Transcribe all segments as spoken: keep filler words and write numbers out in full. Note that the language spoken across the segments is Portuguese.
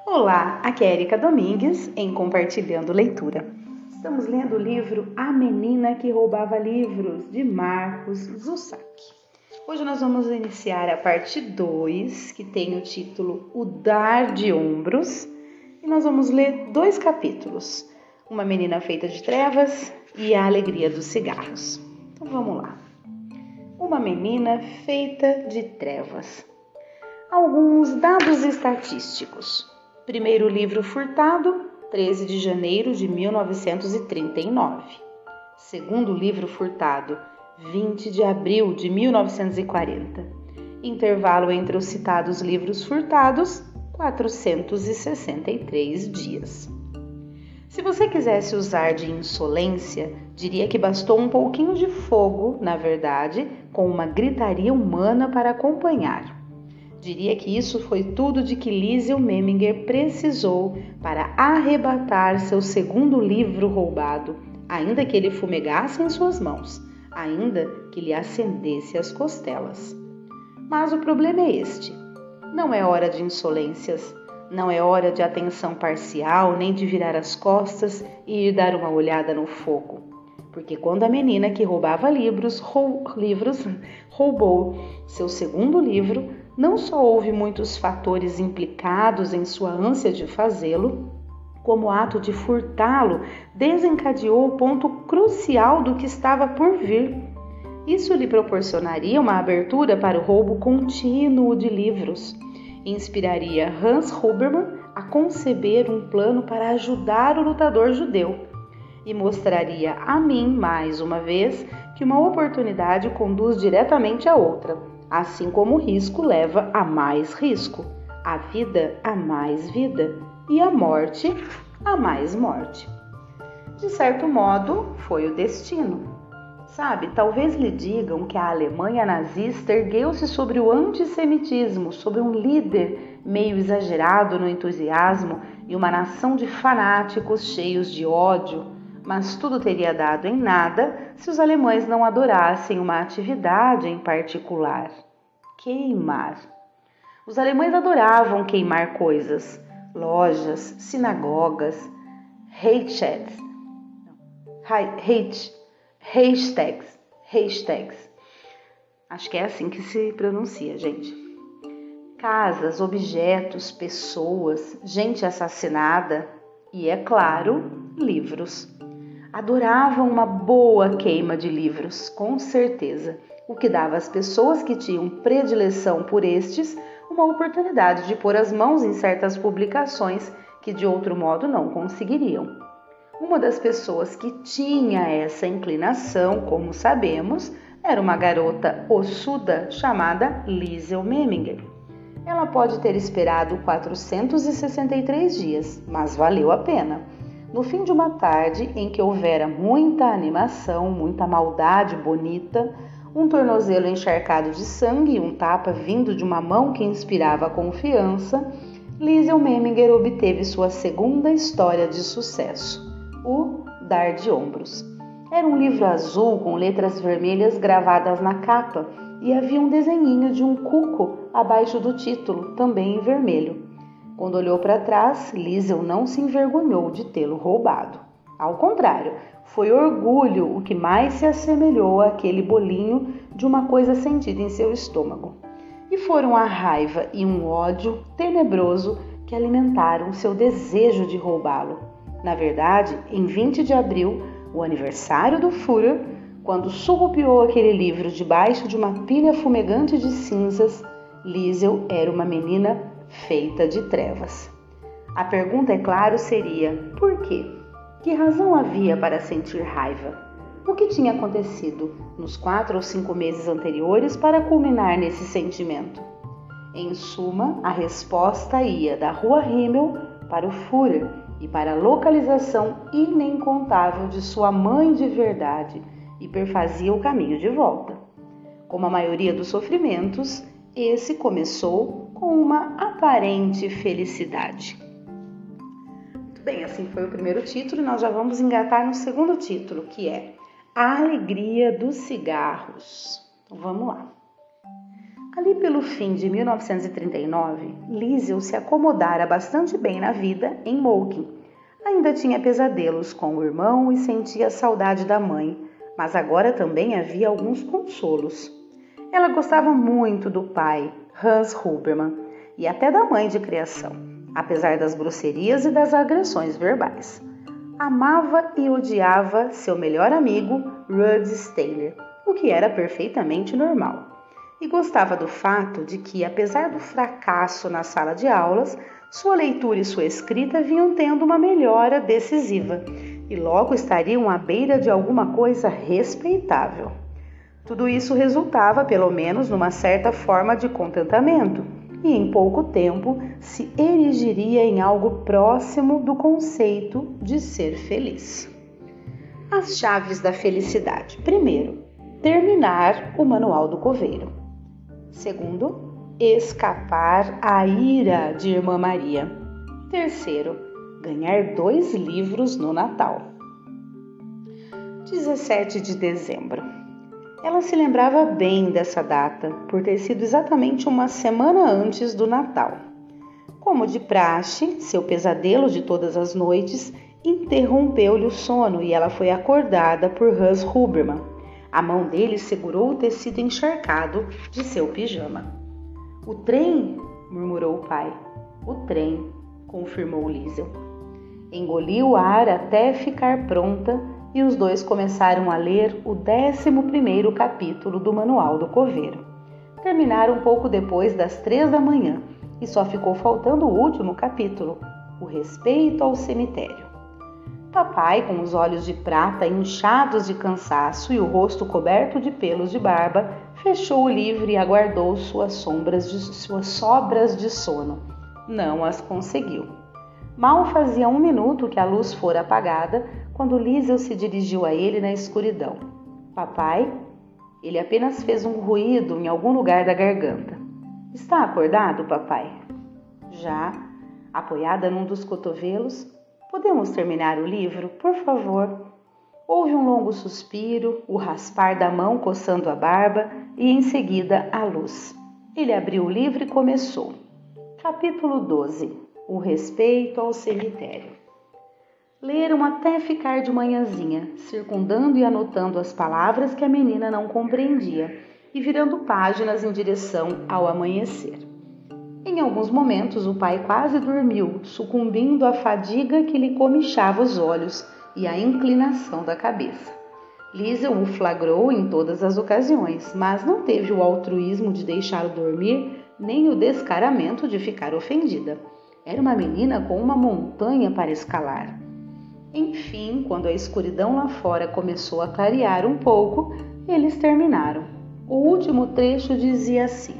Olá, aqui é Erika Domingues em Compartilhando Leitura. Estamos lendo o livro A Menina que Roubava Livros, de Marcos Zusak. Hoje nós vamos iniciar a parte dois, que tem o título O Dar de Ombros, e nós vamos ler dois capítulos, Uma Menina Feita de Trevas e A Alegria dos Cigarros. Então vamos lá. Uma Menina Feita de Trevas. Alguns dados estatísticos. Primeiro livro furtado, treze de janeiro de mil novecentos e trinta e nove. Segundo livro furtado, vinte de abril de mil novecentos e quarenta. Intervalo entre os citados livros furtados, quatrocentos e sessenta e três dias. Se você quisesse usar de insolência, diria que bastou um pouquinho de fogo, na verdade, com uma gritaria humana para acompanhar. Diria que isso foi tudo de que Liesl Meminger precisou para arrebatar seu segundo livro roubado, ainda que ele fumegasse em suas mãos, ainda que lhe acendesse as costelas. Mas o problema é este. Não é hora de insolências, não é hora de atenção parcial, nem de virar as costas e ir dar uma olhada no fogo. Porque quando a menina que roubava livros, rou, livros roubou seu segundo livro, não só houve muitos fatores implicados em sua ânsia de fazê-lo, como o ato de furtá-lo desencadeou o ponto crucial do que estava por vir. Isso lhe proporcionaria uma abertura para o roubo contínuo de livros. Inspiraria Hans Huberman a conceber um plano para ajudar o lutador judeu. E mostraria a mim, mais uma vez, que uma oportunidade conduz diretamente a outra, assim como o risco leva a mais risco, a vida a mais vida e a morte a mais morte. De certo modo, foi o destino. Sabe, talvez lhe digam que a Alemanha nazista ergueu-se sobre o antissemitismo, sobre um líder meio exagerado no entusiasmo e uma nação de fanáticos cheios de ódio, mas tudo teria dado em nada se os alemães não adorassem uma atividade em particular: queimar. Os alemães adoravam queimar coisas, lojas, sinagogas, Reichstags, Reichstags, Reichstags. Acho que é assim que se pronuncia, gente. Casas, objetos, pessoas, gente assassinada e, é claro, livros. Adoravam uma boa queima de livros, com certeza, o que dava às pessoas que tinham predileção por estes uma oportunidade de pôr as mãos em certas publicações que de outro modo não conseguiriam. Uma das pessoas que tinha essa inclinação, como sabemos, era uma garota ossuda chamada Liesl Meminger. Ela pode ter esperado quatrocentos e sessenta e três dias, mas valeu a pena. No fim de uma tarde em que houvera muita animação, muita maldade bonita, um tornozelo encharcado de sangue e um tapa vindo de uma mão que inspirava confiança, Liesl Meminger obteve sua segunda história de sucesso, O Dar de Ombros. Era um livro azul com letras vermelhas gravadas na capa e havia um desenhinho de um cuco abaixo do título, também em vermelho. Quando olhou para trás, Liesl não se envergonhou de tê-lo roubado. Ao contrário, foi orgulho o que mais se assemelhou àquele bolinho de uma coisa sentida em seu estômago. E foram a raiva e um ódio tenebroso que alimentaram seu desejo de roubá-lo. Na verdade, em vinte de abril, o aniversário do Führer, quando surrupiou aquele livro debaixo de uma pilha fumegante de cinzas, Liesl era uma menina feita de trevas. A pergunta, é claro, seria: por quê? Que razão havia para sentir raiva? O que tinha acontecido nos quatro ou cinco meses anteriores para culminar nesse sentimento? Em suma, a resposta ia da Rua Himmel para o Führer e para a localização inencontável de sua mãe de verdade, e perfazia o caminho de volta. Como a maioria dos sofrimentos, esse começou com uma aparente felicidade. Muito bem, assim foi o primeiro título e nós já vamos engatar no segundo título, que é A Alegria dos Cigarros. Então vamos lá. Ali pelo fim de mil novecentos e trinta e nove, Liesel se acomodara bastante bem na vida em Moulkin. Ainda tinha pesadelos com o irmão e sentia saudade da mãe, mas agora também havia alguns consolos. Ela gostava muito do pai, Hans Huberman, e até da mãe de criação, apesar das grosserias e das agressões verbais. Amava e odiava seu melhor amigo, Rud Steiner, o que era perfeitamente normal. E gostava do fato de que, apesar do fracasso na sala de aulas, sua leitura e sua escrita vinham tendo uma melhora decisiva e logo estariam à beira de alguma coisa respeitável. Tudo isso resultava, pelo menos, numa certa forma de contentamento e, em pouco tempo, se erigiria em algo próximo do conceito de ser feliz. As chaves da felicidade. Primeiro, terminar o Manual do Coveiro. Segundo, escapar à ira de Irmã Maria. Terceiro, ganhar dois livros no Natal. dezessete de dezembro. Ela se lembrava bem dessa data, por ter sido exatamente uma semana antes do Natal. Como de praxe, seu pesadelo de todas as noites interrompeu-lhe o sono e ela foi acordada por Hans Huberman. A mão dele segurou o tecido encharcado de seu pijama. O trem, murmurou o pai. O trem, confirmou Liesel. Engoliu o ar até ficar pronta e os dois começaram a ler o décimo primeiro capítulo do Manual do Coveiro. Terminaram pouco depois das três da manhã e só ficou faltando o último capítulo, o respeito ao cemitério. Papai, com os olhos de prata inchados de cansaço e o rosto coberto de pelos de barba, fechou o livro e aguardou suas, sombras de, suas sobras de sono. Não as conseguiu. Mal fazia um minuto que a luz fora apagada, quando Liesel se dirigiu a ele na escuridão. Papai? Ele apenas fez um ruído em algum lugar da garganta. Está acordado, papai? Já, apoiada num dos cotovelos. Podemos terminar o livro, por favor? Houve um longo suspiro, o raspar da mão coçando a barba e em seguida a luz. Ele abriu o livro e começou. Capítulo doze. O respeito ao cemitério. Leram até ficar de manhãzinha, circundando e anotando as palavras que a menina não compreendia e virando páginas em direção ao amanhecer. Em alguns momentos, o pai quase dormiu, sucumbindo à fadiga que lhe comichava os olhos e à inclinação da cabeça. Liesel o flagrou em todas as ocasiões, mas não teve o altruísmo de deixá-lo dormir, nem o descaramento de ficar ofendida. Era uma menina com uma montanha para escalar. Enfim, quando a escuridão lá fora começou a clarear um pouco, eles terminaram. O último trecho dizia assim: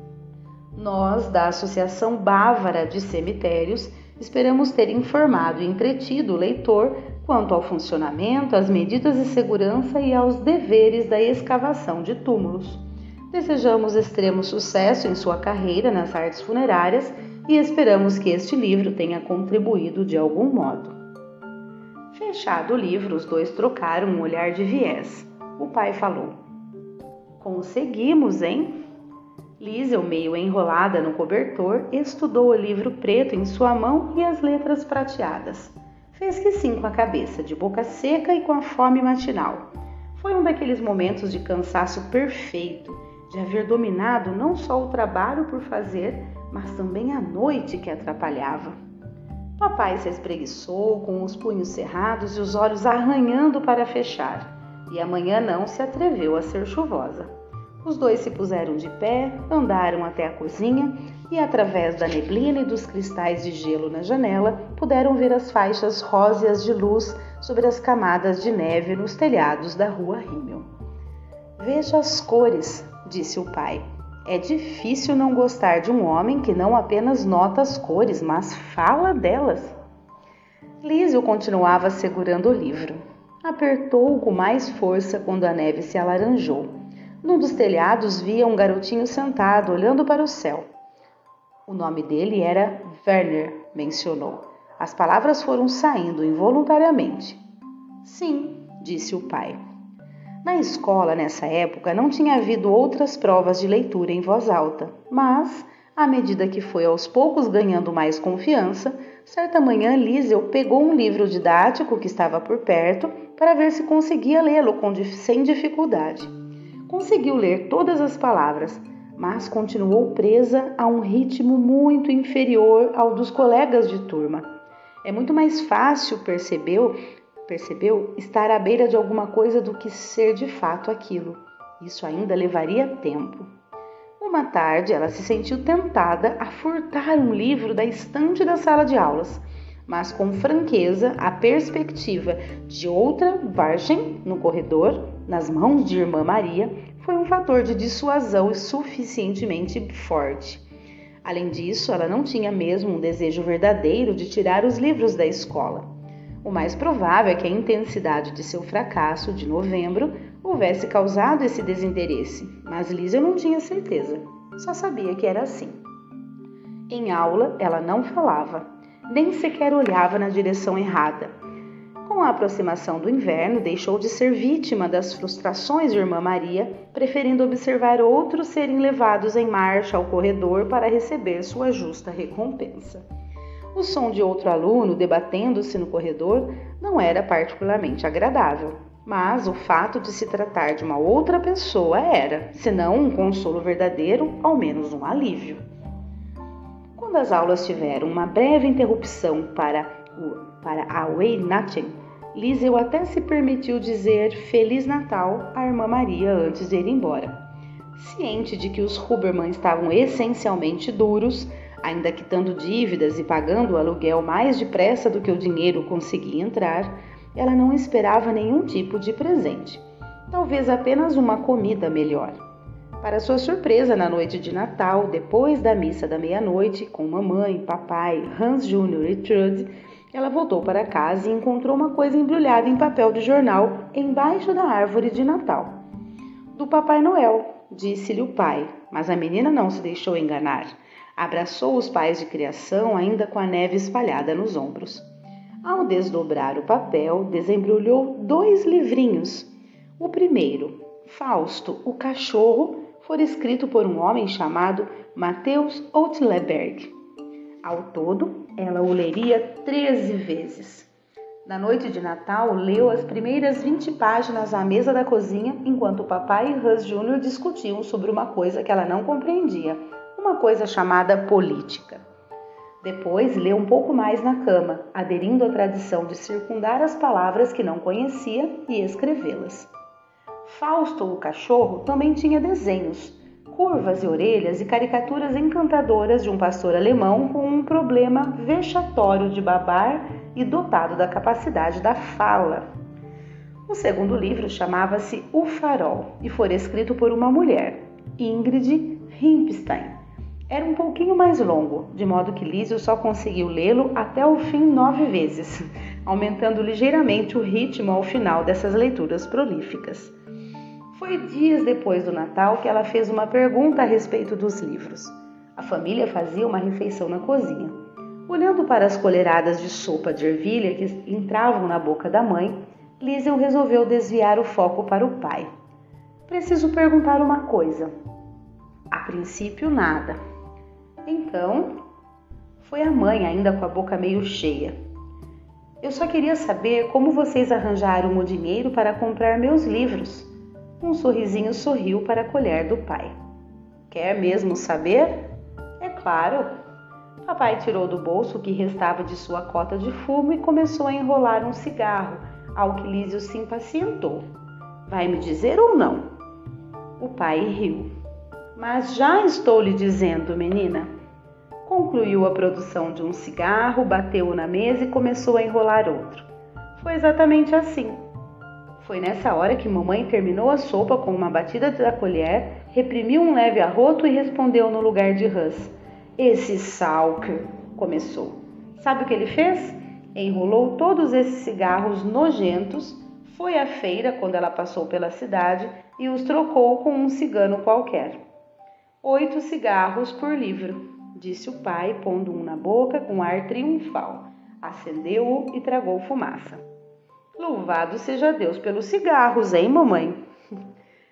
Nós, da Associação Bávara de Cemitérios, esperamos ter informado e entretido o leitor quanto ao funcionamento, às medidas de segurança e aos deveres da escavação de túmulos. Desejamos extremo sucesso em sua carreira nas artes funerárias e esperamos que este livro tenha contribuído de algum modo. Fechado o livro, os dois trocaram um olhar de viés. O pai falou: Conseguimos, hein? Liesel, meio enrolada no cobertor, estudou o livro preto em sua mão e as letras prateadas. Fez que sim com a cabeça, de boca seca e com a fome matinal. Foi um daqueles momentos de cansaço perfeito, de haver dominado não só o trabalho por fazer, mas também a noite que atrapalhava. Papai se espreguiçou, com os punhos cerrados e os olhos arranhando para fechar, e a manhã não se atreveu a ser chuvosa. Os dois se puseram de pé, andaram até a cozinha e, através da neblina e dos cristais de gelo na janela, puderam ver as faixas róseas de luz sobre as camadas de neve nos telhados da rua Rimmel. Veja as cores, disse o pai. É difícil não gostar de um homem que não apenas nota as cores, mas fala delas. Liesel continuava segurando o livro. Apertou-o com mais força quando a neve se alaranjou. Num dos telhados via um garotinho sentado, olhando para o céu. O nome dele era Werner, mencionou. As palavras foram saindo involuntariamente. Sim, disse o pai. Na escola, nessa época, não tinha havido outras provas de leitura em voz alta, mas, à medida que foi aos poucos ganhando mais confiança, certa manhã Liesel pegou um livro didático que estava por perto para ver se conseguia lê-lo sem dificuldade. Conseguiu ler todas as palavras, mas continuou presa a um ritmo muito inferior ao dos colegas de turma. É muito mais fácil, percebeu, percebeu, estar à beira de alguma coisa do que ser de fato aquilo. Isso ainda levaria tempo. Uma tarde, ela se sentiu tentada a furtar um livro da estante da sala de aulas, mas com franqueza, a perspectiva de outra vargem no corredor, nas mãos de Irmã Maria, foi um fator de dissuasão suficientemente forte. Além disso, ela não tinha mesmo um desejo verdadeiro de tirar os livros da escola. O mais provável é que a intensidade de seu fracasso de novembro houvesse causado esse desinteresse, mas Liesel não tinha certeza, só sabia que era assim. Em aula, ela não falava, nem sequer olhava na direção errada. Com a aproximação do inverno, deixou de ser vítima das frustrações de Irmã Maria, preferindo observar outros serem levados em marcha ao corredor para receber sua justa recompensa. O som de outro aluno debatendo-se no corredor não era particularmente agradável, mas o fato de se tratar de uma outra pessoa era, se não um consolo verdadeiro, ao menos um alívio. Quando as aulas tiveram uma breve interrupção para, o, para a Weihnachten, Liesel até se permitiu dizer Feliz Natal à Irmã Maria antes de ir embora. Ciente de que os Huberman estavam essencialmente duros, ainda quitando dívidas e pagando o aluguel mais depressa do que o dinheiro conseguia entrar, ela não esperava nenhum tipo de presente, talvez apenas uma comida melhor. Para sua surpresa, na noite de Natal, depois da missa da meia-noite, com mamãe, papai, Hans Júnior e Trude, ela voltou para casa e encontrou uma coisa embrulhada em papel de jornal embaixo da árvore de Natal. Do Papai Noel, disse-lhe o pai, mas a menina não se deixou enganar. Abraçou os pais de criação ainda com a neve espalhada nos ombros. Ao desdobrar o papel, desembrulhou dois livrinhos. O primeiro, Fausto, o cachorro, fora escrito por um homem chamado Matheus Ottleberg. Ao todo, ela o leria treze vezes. Na noite de Natal, leu as primeiras vinte páginas à mesa da cozinha, enquanto o papai e Hans Júnior discutiam sobre uma coisa que ela não compreendia, uma coisa chamada política. Depois, leu um pouco mais na cama, aderindo à tradição de circundar as palavras que não conhecia e escrevê-las. Fausto, o cachorro, também tinha desenhos, curvas e orelhas e caricaturas encantadoras de um pastor alemão com um problema vexatório de babar e dotado da capacidade da fala. O segundo livro chamava-se O Farol e foi escrito por uma mulher, Ingrid Rimpstein. Era um pouquinho mais longo, de modo que Liesel só conseguiu lê-lo até o fim nove vezes, aumentando ligeiramente o ritmo ao final dessas leituras prolíficas. Foi dias depois do Natal que ela fez uma pergunta a respeito dos livros. A família fazia uma refeição na cozinha. Olhando para as colheradas de sopa de ervilha que entravam na boca da mãe, Liesel resolveu desviar o foco para o pai. Preciso perguntar uma coisa. A princípio, nada. Então, foi a mãe, ainda com a boca meio cheia. Eu só queria saber como vocês arranjaram o dinheiro para comprar meus livros. Um sorrisinho sorriu para a colher do pai. Quer mesmo saber? É claro. Papai tirou do bolso o que restava de sua cota de fumo e começou a enrolar um cigarro, ao que Liesel se impacientou. Vai me dizer ou não? O pai riu. Mas já estou lhe dizendo, menina. Concluiu a produção de um cigarro, bateu-o na mesa e começou a enrolar outro. Foi exatamente assim. Foi nessa hora que mamãe terminou a sopa com uma batida da colher, reprimiu um leve arroto e respondeu no lugar de Hans. Esse Salker, começou. Sabe o que ele fez? Enrolou todos esses cigarros nojentos, foi à feira quando ela passou pela cidade e os trocou com um cigano qualquer. Oito cigarros por livro, disse o pai, pondo um na boca com ar triunfal. Acendeu-o e tragou fumaça. Louvado seja Deus pelos cigarros, hein, mamãe?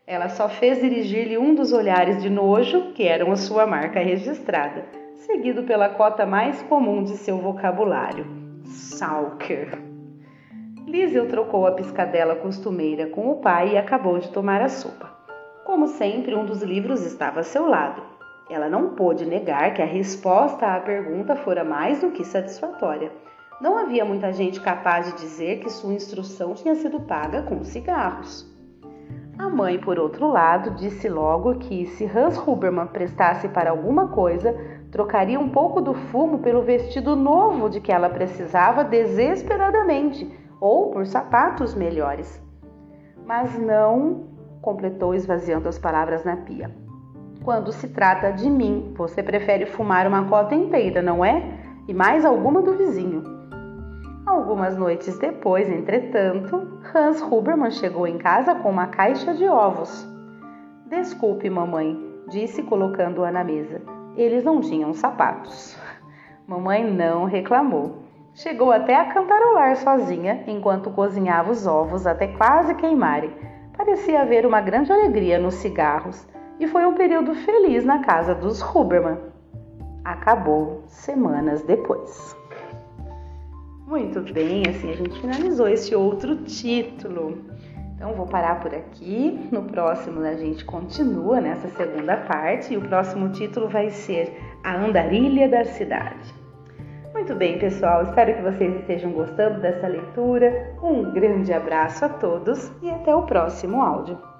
Ela só fez dirigir-lhe um dos olhares de nojo, que eram a sua marca registrada, seguido pela cota mais comum de seu vocabulário: Stalker. Liesel trocou a piscadela costumeira com o pai e acabou de tomar a sopa. Como sempre, um dos livros estava a seu lado. Ela não pôde negar que a resposta à pergunta fora mais do que satisfatória. Não havia muita gente capaz de dizer que sua instrução tinha sido paga com cigarros. A mãe, por outro lado, disse logo que, se Hans Huberman prestasse para alguma coisa, trocaria um pouco do fumo pelo vestido novo de que ela precisava desesperadamente, ou por sapatos melhores. Mas não, completou esvaziando as palavras na pia. Quando se trata de mim, você prefere fumar uma cota inteira, não é? E mais alguma do vizinho. Algumas noites depois, entretanto, Hans Huberman chegou em casa com uma caixa de ovos. Desculpe, mamãe, disse colocando-a na mesa. Eles não tinham sapatos. Mamãe não reclamou. Chegou até a cantarolar sozinha enquanto cozinhava os ovos até quase queimarem. Parecia haver uma grande alegria nos cigarros e foi um período feliz na casa dos Huberman. Acabou semanas depois. Muito bem, assim a gente finalizou esse outro título. Então vou parar por aqui. No próximo a gente continua nessa segunda parte e o próximo título vai ser A Andarilha da Cidade. Muito bem, pessoal, espero que vocês estejam gostando dessa leitura. Um grande abraço a todos e até o próximo áudio.